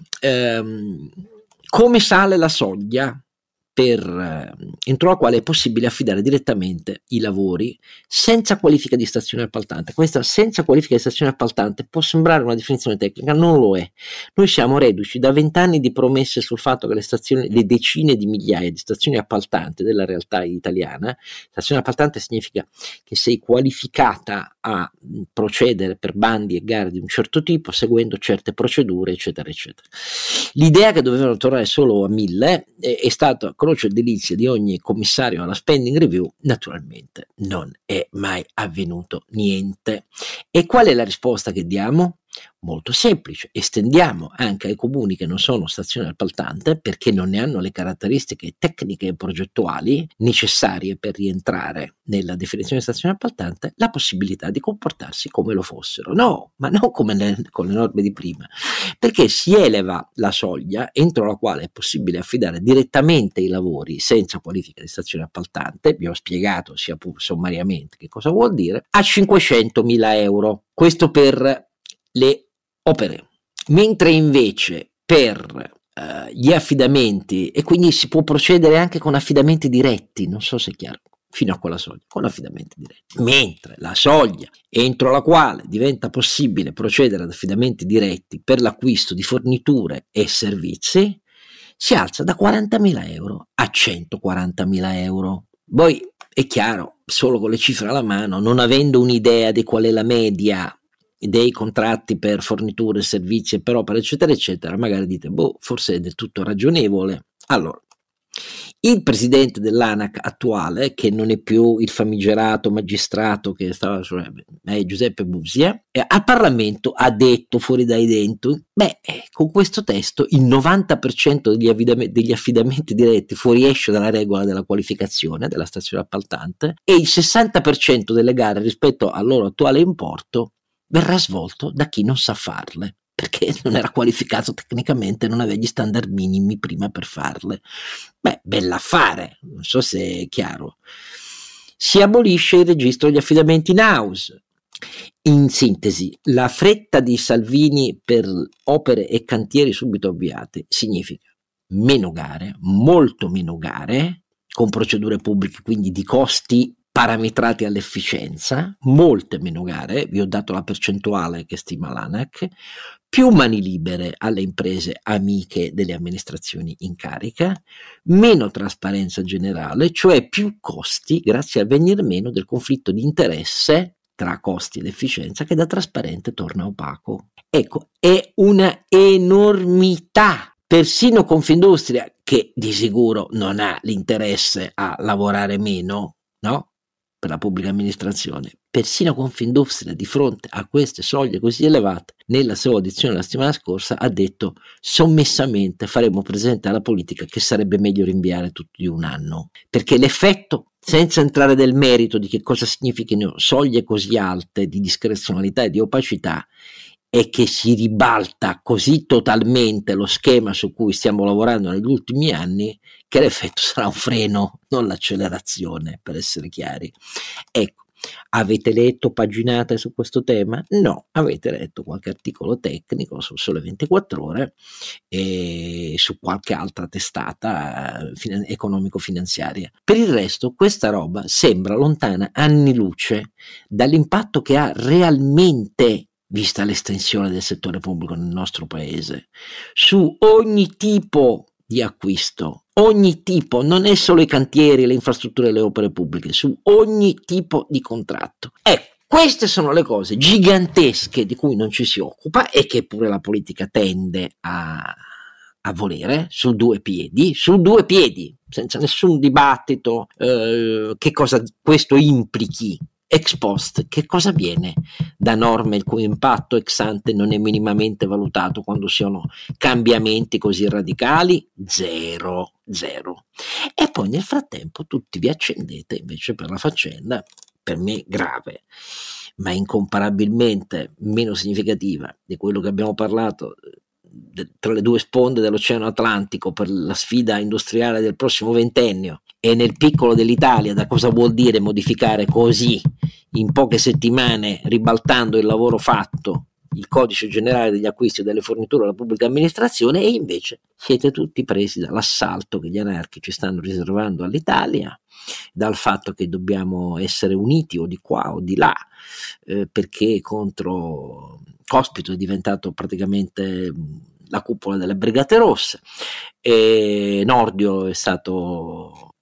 Come sale la soglia entro la quale è possibile affidare direttamente i lavori senza qualifica di stazione appaltante? Questa senza qualifica di stazione appaltante può sembrare una definizione tecnica, non lo è. Noi siamo reduci da 20 anni di promesse sul fatto che le decine di migliaia di stazioni appaltanti della realtà italiana, stazione appaltante significa che sei qualificata a procedere per bandi e gare di un certo tipo seguendo certe procedure, eccetera eccetera. L'idea che dovevano tornare solo a 1000 è stata croce e delizia di ogni commissario alla spending review, naturalmente non è mai avvenuto niente. E qual è la risposta che diamo? Molto semplice: estendiamo anche ai comuni che non sono stazione appaltante, perché non ne hanno le caratteristiche tecniche e progettuali necessarie per rientrare nella definizione di stazione appaltante, la possibilità di comportarsi come lo fossero. No, ma non come con le norme di prima, perché si eleva la soglia entro la quale è possibile affidare direttamente i lavori senza qualifica di stazione appaltante. Vi ho spiegato sia pur sommariamente che cosa vuol dire, a 500.000 euro. Questo per le opere, mentre invece per gli affidamenti, e quindi si può procedere anche con affidamenti diretti, non so se è chiaro, fino a quella soglia, con affidamenti diretti, mentre la soglia entro la quale diventa possibile procedere ad affidamenti diretti per l'acquisto di forniture e servizi si alza da 40.000 euro a 140.000 euro. Poi è chiaro, solo con le cifre alla mano, non avendo un'idea di qual è la media dei contratti per forniture, servizi e per opere eccetera eccetera, magari dite forse è del tutto ragionevole. Allora, il presidente dell'ANAC attuale, che non è più il famigerato magistrato che stava è Giuseppe Busia, al Parlamento ha detto fuori dai denti: con questo testo il 90% degli affidamenti diretti fuoriesce dalla regola della qualificazione della stazione appaltante e il 60% delle gare rispetto al loro attuale importo verrà svolto da chi non sa farle, perché non era qualificato tecnicamente, non aveva gli standard minimi prima per farle. Bell'affare, non so se è chiaro. Si abolisce il registro degli affidamenti in house. In sintesi, la fretta di Salvini per opere e cantieri subito avviati significa meno gare, molto meno gare, con procedure pubbliche, quindi di costi parametrati all'efficienza, molte meno gare, vi ho dato la percentuale che stima l'ANAC, più mani libere alle imprese amiche delle amministrazioni in carica, meno trasparenza generale, cioè più costi grazie al venir meno del conflitto di interesse tra costi ed efficienza, che da trasparente torna opaco. Ecco, è una enormità. Persino Confindustria, che di sicuro non ha l'interesse a lavorare meno, no? Per la pubblica amministrazione, persino Confindustria, di fronte a queste soglie così elevate, nella sua audizione la settimana scorsa ha detto sommessamente: faremo presente alla politica che sarebbe meglio rinviare tutto di un anno, perché l'effetto, senza entrare nel merito di che cosa significhino soglie così alte di discrezionalità e di opacità, è che si ribalta così totalmente lo schema su cui stiamo lavorando negli ultimi anni, che l'effetto sarà un freno, non l'accelerazione, per essere chiari. Ecco, avete letto paginate su questo tema? No, avete letto qualche articolo tecnico su Sole 24 Ore e su qualche altra testata economico-finanziaria. Per il resto, questa roba sembra lontana anni luce dall'impatto che ha realmente, vista l'estensione del settore pubblico nel nostro paese, su ogni tipo di acquisto, ogni tipo, non è solo i cantieri, le infrastrutture e le opere pubbliche, su ogni tipo di contratto. Ecco, queste sono le cose gigantesche di cui non ci si occupa e che pure la politica tende a volere, su due piedi, senza nessun dibattito, che cosa questo implichi ex post, che cosa avviene da norme il cui impatto ex ante non è minimamente valutato quando sono cambiamenti così radicali? Zero. E poi nel frattempo tutti vi accendete invece per la faccenda, per me grave, ma incomparabilmente meno significativa di quello che abbiamo parlato tra le due sponde dell'Oceano Atlantico per la sfida industriale del prossimo ventennio, e nel piccolo dell'Italia da cosa vuol dire modificare così in poche settimane, ribaltando il lavoro fatto, il codice generale degli acquisti e delle forniture alla pubblica amministrazione, e invece siete tutti presi dall'assalto che gli anarchici stanno riservando all'Italia, dal fatto che dobbiamo essere uniti o di qua o di là, perché contro Cospito è diventato praticamente la cupola delle Brigate Rosse, e Nordio è stato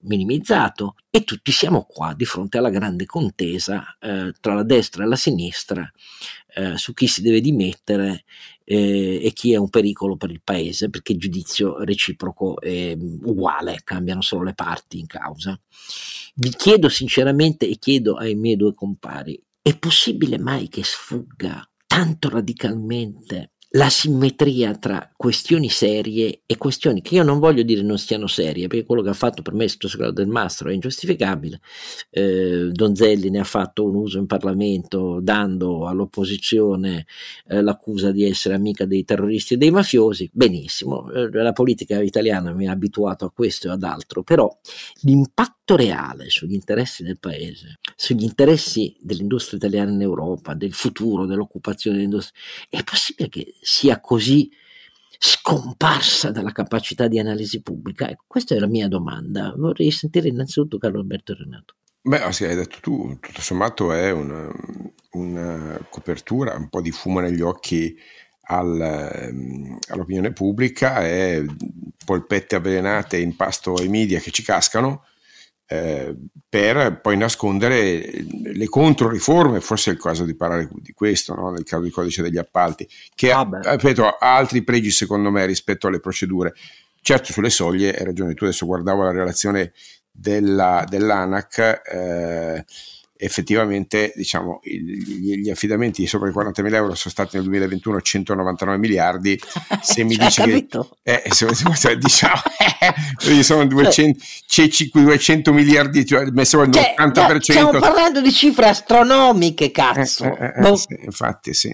minimizzato, e tutti siamo qua di fronte alla grande contesa tra la destra e la sinistra su chi si deve dimettere e chi è un pericolo per il paese, perché il giudizio reciproco è uguale, cambiano solo le parti in causa. Vi chiedo sinceramente e chiedo ai miei due compari: è possibile mai che sfugga tanto radicalmente la simmetria tra questioni serie e questioni che io non voglio dire non siano serie, perché quello che ha fatto per me il sottosegretario Del Mastro è ingiustificabile. Donzelli ne ha fatto un uso in Parlamento dando all'opposizione l'accusa di essere amica dei terroristi e dei mafiosi. Benissimo, la politica italiana mi ha abituato a questo e ad altro, però l'impatto reale sugli interessi del paese, sugli interessi dell'industria italiana in Europa, del futuro, dell'occupazione dell'industria, è possibile che sia così scomparsa dalla capacità di analisi pubblica? Ecco, questa è la mia domanda. Vorrei sentire innanzitutto Carlo Alberto e Renato. Beh, sì, hai detto tu, tutto sommato è una copertura, un po' di fumo negli occhi all'opinione pubblica, è polpette avvelenate in pasto ai media che ci cascano, per poi nascondere le controriforme. Forse è il caso di parlare di questo, no? Nel caso del codice degli appalti, che ripeto, ha altri pregi secondo me rispetto alle procedure. Certo, sulle soglie hai ragione tu. Adesso guardavo la relazione dell'ANAC, effettivamente diciamo gli affidamenti sopra i 40.000 euro sono stati nel 2021 199 miliardi. Se mi dici che diciamo sono 200 miliardi, cioè messo il 80%. Stiamo parlando di cifre astronomiche, cazzo. Sì, infatti sì.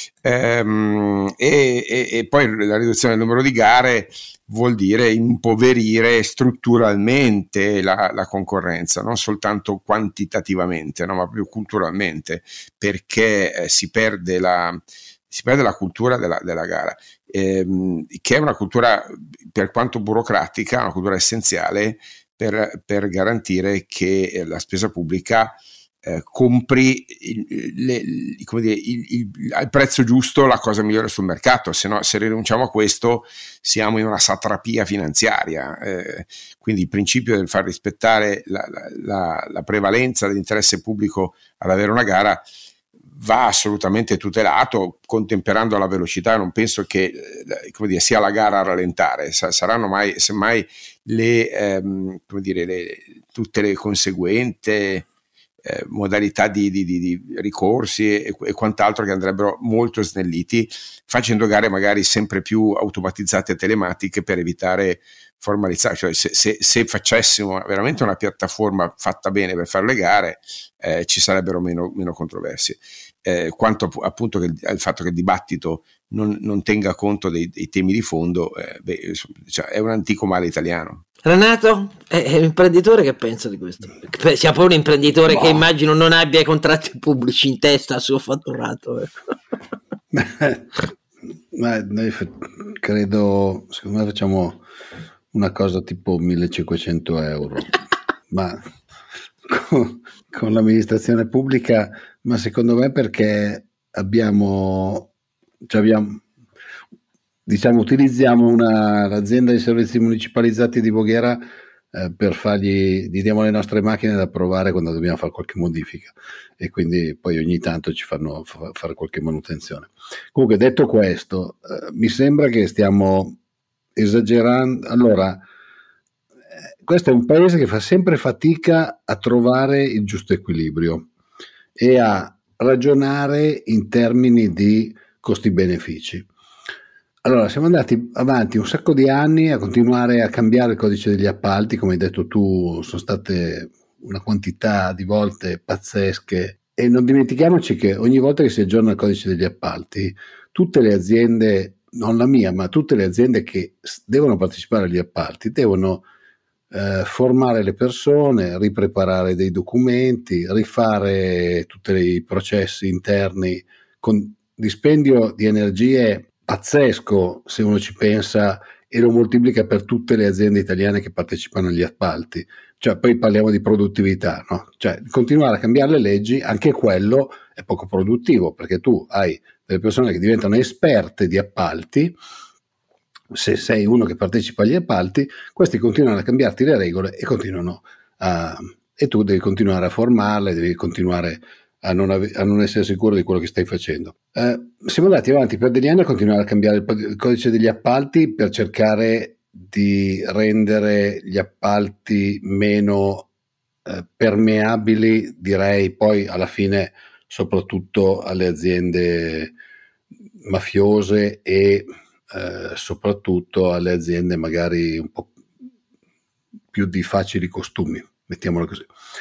E poi la riduzione del numero di gare vuol dire impoverire strutturalmente la concorrenza, non soltanto quantitativamente, no, ma proprio culturalmente, perché si perde la cultura della gara, che è una cultura, per quanto burocratica, una cultura essenziale per garantire che la spesa pubblica compri al prezzo giusto la cosa migliore sul mercato. Se no, se rinunciamo a questo siamo in una satrapia finanziaria, quindi il principio del far rispettare la prevalenza dell'interesse pubblico ad avere una gara va assolutamente tutelato, contemperando la velocità. Non penso che sia la gara a rallentare, saranno semmai tutte le conseguenti modalità di ricorsi e quant'altro che andrebbero molto snelliti, facendo gare magari sempre più automatizzate e telematiche per evitare formalità. Cioè se facessimo veramente una piattaforma fatta bene per fare le gare, ci sarebbero meno controversie. Quanto appunto al fatto che il dibattito non tenga conto dei temi di fondo, è un antico male italiano. Renato è un imprenditore, che pensa di questo? Sia poi un imprenditore che immagino non abbia i contratti pubblici in testa al suo fatturato. Ma noi credo, secondo me facciamo una cosa tipo 1.500 euro, ma con l'amministrazione pubblica, ma secondo me perché utilizziamo l'azienda di servizi municipalizzati di Voghera gli diamo le nostre macchine da provare quando dobbiamo fare qualche modifica, e quindi poi ogni tanto ci fanno fare qualche manutenzione. Comunque, detto questo, mi sembra che stiamo esagerando. Allora, questo è un paese che fa sempre fatica a trovare il giusto equilibrio e a ragionare in termini di costi-benefici. Allora, siamo andati avanti un sacco di anni a continuare a cambiare il codice degli appalti, come hai detto tu, sono state una quantità di volte pazzesche, e non dimentichiamoci che ogni volta che si aggiorna il codice degli appalti, tutte le aziende, non la mia, ma tutte le aziende che devono partecipare agli appalti devono formare le persone, ripreparare dei documenti, rifare tutti i processi interni, con dispendio di energie pazzesco se uno ci pensa e lo moltiplica per tutte le aziende italiane che partecipano agli appalti. Cioè, poi parliamo di produttività, no? Cioè, continuare a cambiare le leggi, anche quello è poco produttivo, perché tu hai delle persone che diventano esperte di appalti se sei uno che partecipa agli appalti, questi continuano a cambiarti le regole e tu devi continuare a formarle, devi continuare a non essere sicuro di quello che stai facendo. Siamo andati avanti per degli anni a continuare a cambiare il codice degli appalti per cercare di rendere gli appalti meno permeabili, direi, poi alla fine soprattutto alle aziende mafiose e soprattutto alle aziende magari un po' più di facili costumi, mettiamolo così,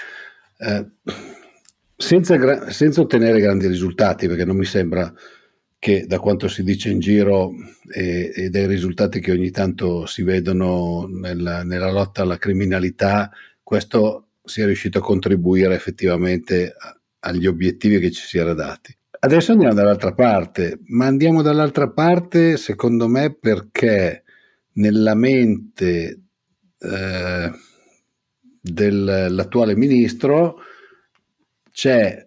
senza ottenere grandi risultati, perché non mi sembra che, da quanto si dice in giro e dai risultati che ogni tanto si vedono nella lotta alla criminalità, questo sia riuscito a contribuire effettivamente agli obiettivi che ci si era dati. Adesso andiamo dall'altra parte, ma andiamo dall'altra parte secondo me perché nella mente dell'attuale ministro c'è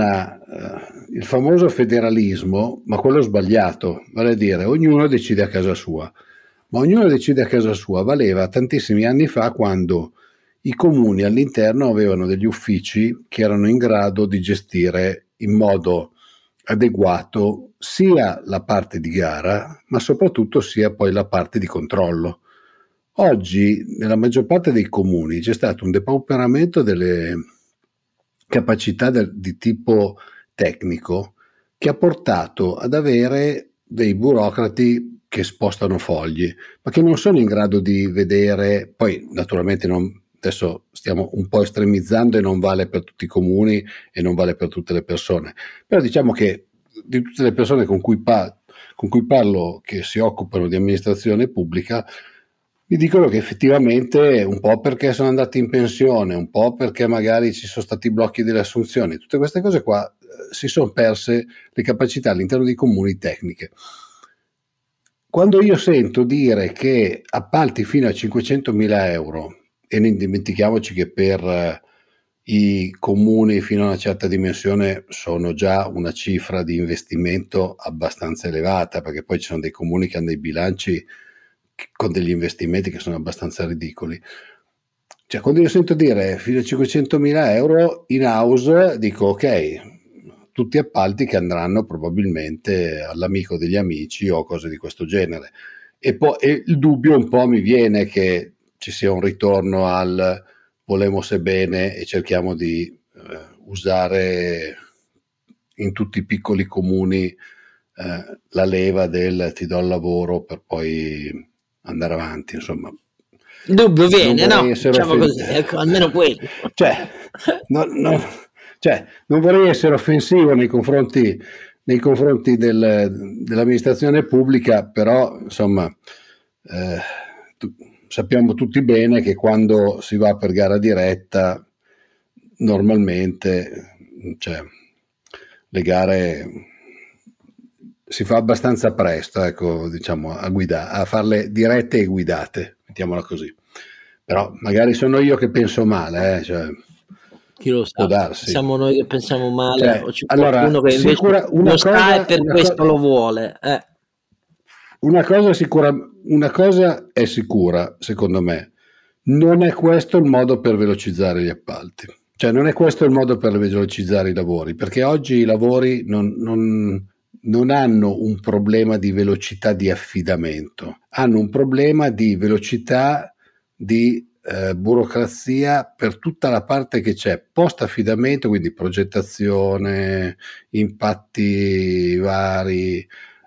il famoso federalismo, ma quello sbagliato, vale a dire ognuno decide a casa sua. Ma ognuno decide a casa sua valeva tantissimi anni fa, quando i comuni all'interno avevano degli uffici che erano in grado di gestire in modo adeguato sia la parte di gara, ma soprattutto sia poi la parte di controllo. Oggi nella maggior parte dei comuni c'è stato un depauperamento delle capacità di tipo tecnico, che ha portato ad avere dei burocrati che spostano fogli, ma che non sono in grado di vedere. Poi naturalmente adesso stiamo un po' estremizzando e non vale per tutti i comuni e non vale per tutte le persone, però diciamo che di tutte le persone con cui parlo che si occupano di amministrazione pubblica, mi dicono che effettivamente, un po' perché sono andati in pensione, un po' perché magari ci sono stati blocchi delle assunzioni, tutte queste cose qua, si sono perse le capacità all'interno dei comuni tecniche. Quando io sento dire che appalti fino a 500.000 euro, e non dimentichiamoci che per i comuni fino a una certa dimensione sono già una cifra di investimento abbastanza elevata, perché poi ci sono dei comuni che hanno dei bilanci con degli investimenti che sono abbastanza ridicoli. Cioè, quando io sento dire fino a 500.000 euro in house, dico ok, tutti appalti che andranno probabilmente all'amico degli amici o cose di questo genere. E poi il dubbio un po' mi viene che ci sia un ritorno al volemose bene e cerchiamo di usare in tutti i piccoli comuni la leva del ti do il lavoro per poi andare avanti, insomma. Il dubbio viene, no? Diciamo così, ecco, almeno quello. Non vorrei essere offensivo nei confronti dell'amministrazione pubblica, però insomma sappiamo tutti bene che quando si va per gara diretta normalmente le gare si fa abbastanza presto, ecco, diciamo, a farle dirette e guidate, mettiamola così. Però magari sono io che penso male, chi lo sa, può darsi. Siamo noi che pensiamo male, o c'è qualcuno che invece lo sa e per questo lo vuole. Una cosa è sicura, secondo me, non è questo il modo per velocizzare gli appalti. Cioè, non è questo il modo per velocizzare i lavori, perché oggi i lavori non hanno un problema di velocità di affidamento, hanno un problema di velocità di burocrazia per tutta la parte che c'è post affidamento, quindi progettazione, impatti vari,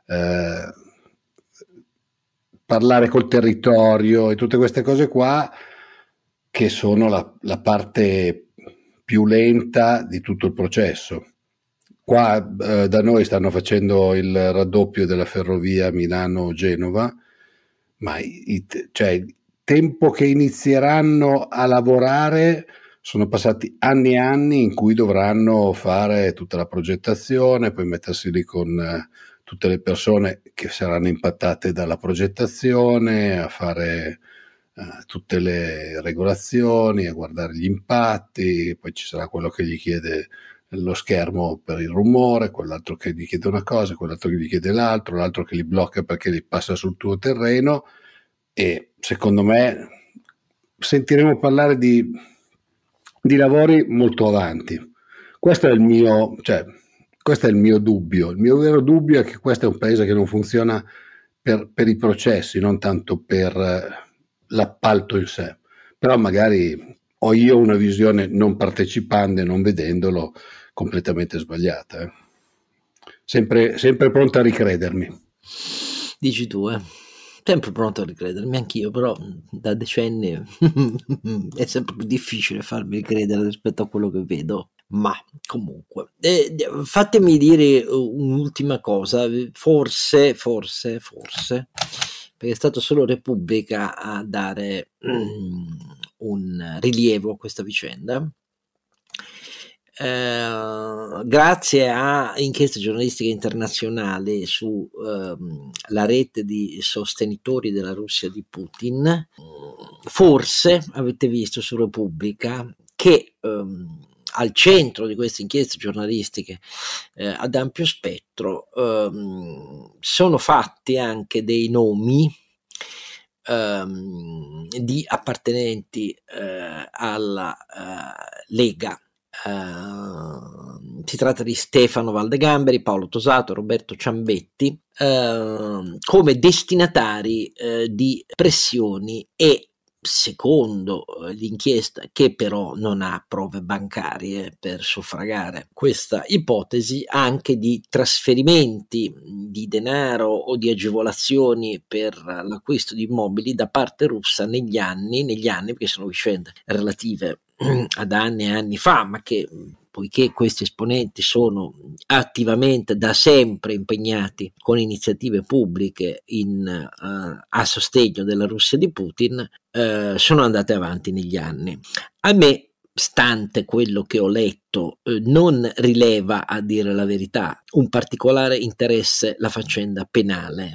parlare col territorio e tutte queste cose qua, che sono la parte più lenta di tutto il processo. Qua da noi stanno facendo il raddoppio della ferrovia Milano-Genova, ma il tempo che inizieranno a lavorare sono passati anni e anni in cui dovranno fare tutta la progettazione, poi mettersi lì con tutte le persone che saranno impattate dalla progettazione, a fare tutte le regolazioni, a guardare gli impatti, poi ci sarà quello che gli chiede lo schermo per il rumore, quell'altro che gli chiede una cosa, quell'altro che gli chiede l'altro che li blocca perché li passa sul tuo terreno, e secondo me sentiremo parlare di lavori molto avanti. Questo è il mio dubbio. Il mio vero dubbio è che questo è un paese che non funziona per i processi, non tanto per l'appalto in sé. Però magari ho io una visione, non partecipando e non vedendolo, completamente sbagliata. Sempre pronto a ricredermi. Dici tu, sempre pronto a ricredermi, anch'io, però da decenni è sempre più difficile farmi ricredere rispetto a quello che vedo. Ma comunque, fatemi dire un'ultima cosa, forse, perché è stato solo Repubblica a dare un rilievo a questa vicenda. Grazie a inchieste giornalistiche internazionali su la rete di sostenitori della Russia di Putin, forse avete visto su Repubblica che al centro di queste inchieste giornalistiche ad ampio spettro sono fatti anche dei nomi di appartenenti alla Lega. Si tratta di Stefano Valdegamberi, Paolo Tosato, Roberto Ciambetti, come destinatari di pressioni e, secondo l'inchiesta, che però non ha prove bancarie per suffragare questa ipotesi, anche di trasferimenti di denaro o di agevolazioni per l'acquisto di immobili da parte russa negli anni, perché sono vicende relative ad anni e anni fa, ma che, poiché questi esponenti sono attivamente da sempre impegnati con iniziative pubbliche a sostegno della Russia di Putin, sono andate avanti negli anni. A me, stante quello che ho letto, non rileva, a dire la verità, un particolare interesse la faccenda penale,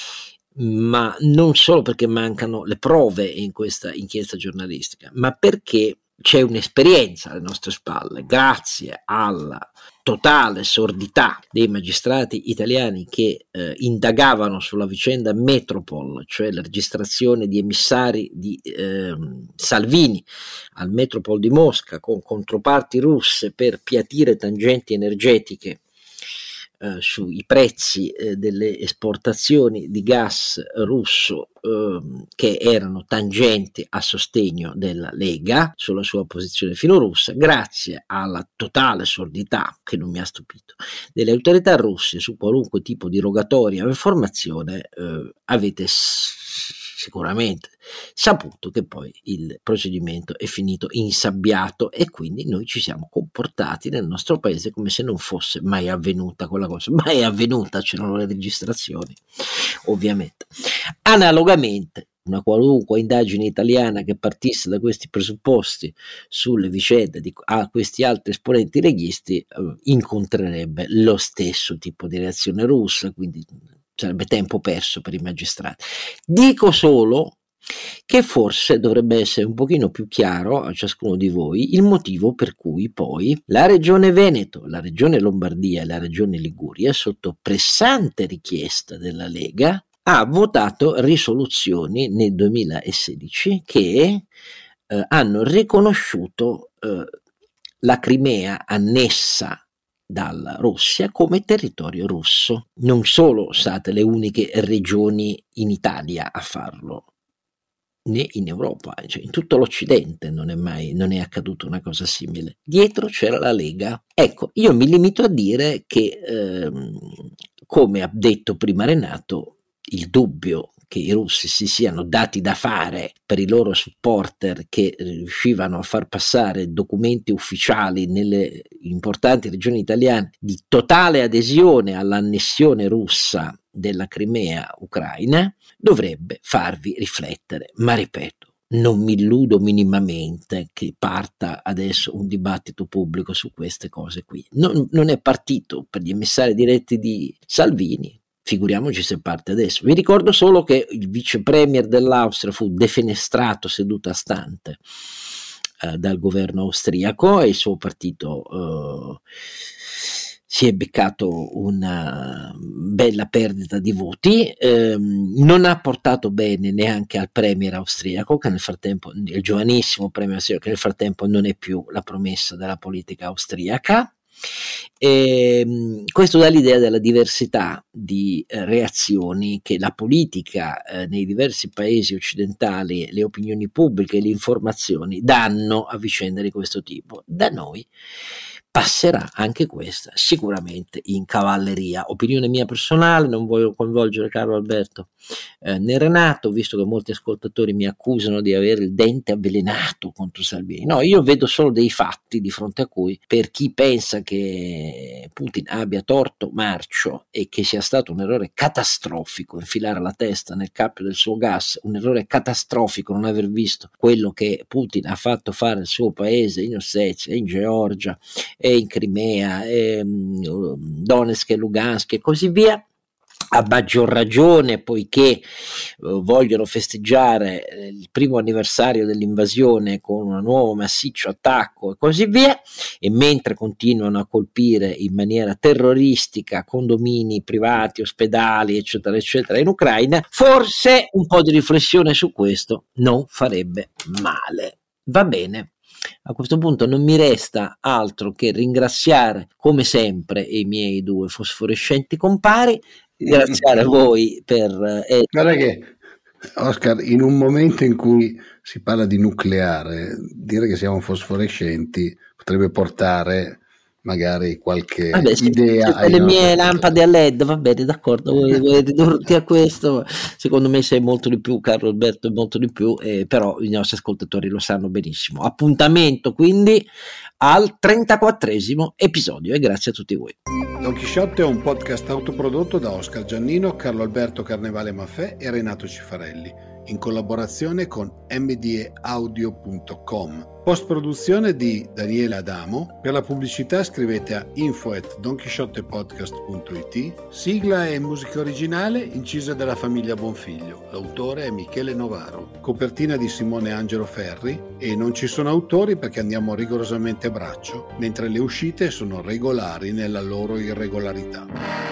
ma non solo perché mancano le prove in questa inchiesta giornalistica, ma perché c'è un'esperienza alle nostre spalle, grazie alla totale sordità dei magistrati italiani che indagavano sulla vicenda Metropol, cioè la registrazione di emissari di Salvini al Metropol di Mosca con controparti russe per piattire tangenti energetiche sui prezzi delle esportazioni di gas russo che erano tangenti a sostegno della Lega sulla sua posizione filorussa, grazie alla totale sordità, che non mi ha stupito, delle autorità russe su qualunque tipo di rogatoria o informazione, avete sicuramente saputo che poi il procedimento è finito insabbiato, e quindi noi ci siamo comportati nel nostro paese come se non fosse mai avvenuta quella cosa. Ma è avvenuta, c'erano le registrazioni, ovviamente. Analogamente, una qualunque indagine italiana che partisse da questi presupposti sulle vicende di questi altri esponenti leghisti incontrerebbe lo stesso tipo di reazione russa, quindi sarebbe tempo perso per i magistrati. Dico solo che forse dovrebbe essere un pochino più chiaro a ciascuno di voi il motivo per cui poi la regione Veneto, la regione Lombardia e la regione Liguria, sotto pressante richiesta della Lega, ha votato risoluzioni nel 2016 che hanno riconosciuto la Crimea annessa dalla Russia come territorio russo. Non solo state le uniche regioni in Italia a farlo, né in Europa, cioè in tutto l'Occidente non è accaduta una cosa simile. Dietro c'era la Lega. Ecco, io mi limito a dire che, come ha detto prima Renato, il dubbio che i russi si siano dati da fare per i loro supporter che riuscivano a far passare documenti ufficiali nelle importanti regioni italiane di totale adesione all'annessione russa della Crimea ucraina dovrebbe farvi riflettere, ma ripeto, non mi illudo minimamente che parta adesso un dibattito pubblico su queste cose qui. Non è partito per gli emissari diretti di Salvini, figuriamoci se parte adesso. Vi ricordo solo che il vice premier dell'Austria fu defenestrato seduta stante dal governo austriaco, e il suo partito si è beccato una bella perdita di voti, non ha portato bene neanche al premier austriaco, che nel frattempo, il giovanissimo premier austriaco, che nel frattempo non è più la promessa della politica austriaca. Questo dà l'idea della diversità di reazioni che la politica nei diversi paesi occidentali, le opinioni pubbliche, le informazioni danno a vicende di questo tipo. Da noi passerà anche questa sicuramente in cavalleria. Opinione mia personale, non voglio coinvolgere Carlo Alberto né Renato, visto che molti ascoltatori mi accusano di avere il dente avvelenato contro Salvini. No, io vedo solo dei fatti di fronte a cui, per chi pensa che Putin abbia torto marcio e che sia stato un errore catastrofico infilare la testa nel cappio del suo gas, un errore catastrofico non aver visto quello che Putin ha fatto fare al suo paese in Ossetia, in Georgia e in Crimea, Donetsk e Lugansk e così via, a maggior ragione poiché vogliono festeggiare il primo anniversario dell'invasione con un nuovo massiccio attacco e così via, e mentre continuano a colpire in maniera terroristica condomini privati, ospedali eccetera eccetera in Ucraina, forse un po' di riflessione su questo non farebbe male. Va bene. A questo punto non mi resta altro che ringraziare come sempre i miei due fosforescenti compari, ringraziare voi per... Guarda che, Oscar, in un momento in cui si parla di nucleare, dire che siamo fosforescenti potrebbe portare magari qualche idea. Le mie lampade a LED, va bene, d'accordo, voi ridurti a questo, secondo me sei molto di più, Carlo Alberto è molto di più, però i nostri ascoltatori lo sanno benissimo. Appuntamento quindi al 34esimo episodio e grazie a tutti voi. Don Chisciotte è un podcast autoprodotto da Oscar Giannino, Carlo Alberto Carnevale Maffè e Renato Cifarelli, in collaborazione con mdeaudio.com. Post-produzione di Daniele Adamo. Per la pubblicità scrivete a info@donchisciottepodcast.it. Sigla e musica originale incisa dalla famiglia Bonfiglio. L'autore è Michele Novaro. Copertina di Simone Angelo Ferri, e non ci sono autori perché andiamo rigorosamente a braccio, mentre le uscite sono regolari nella loro irregolarità.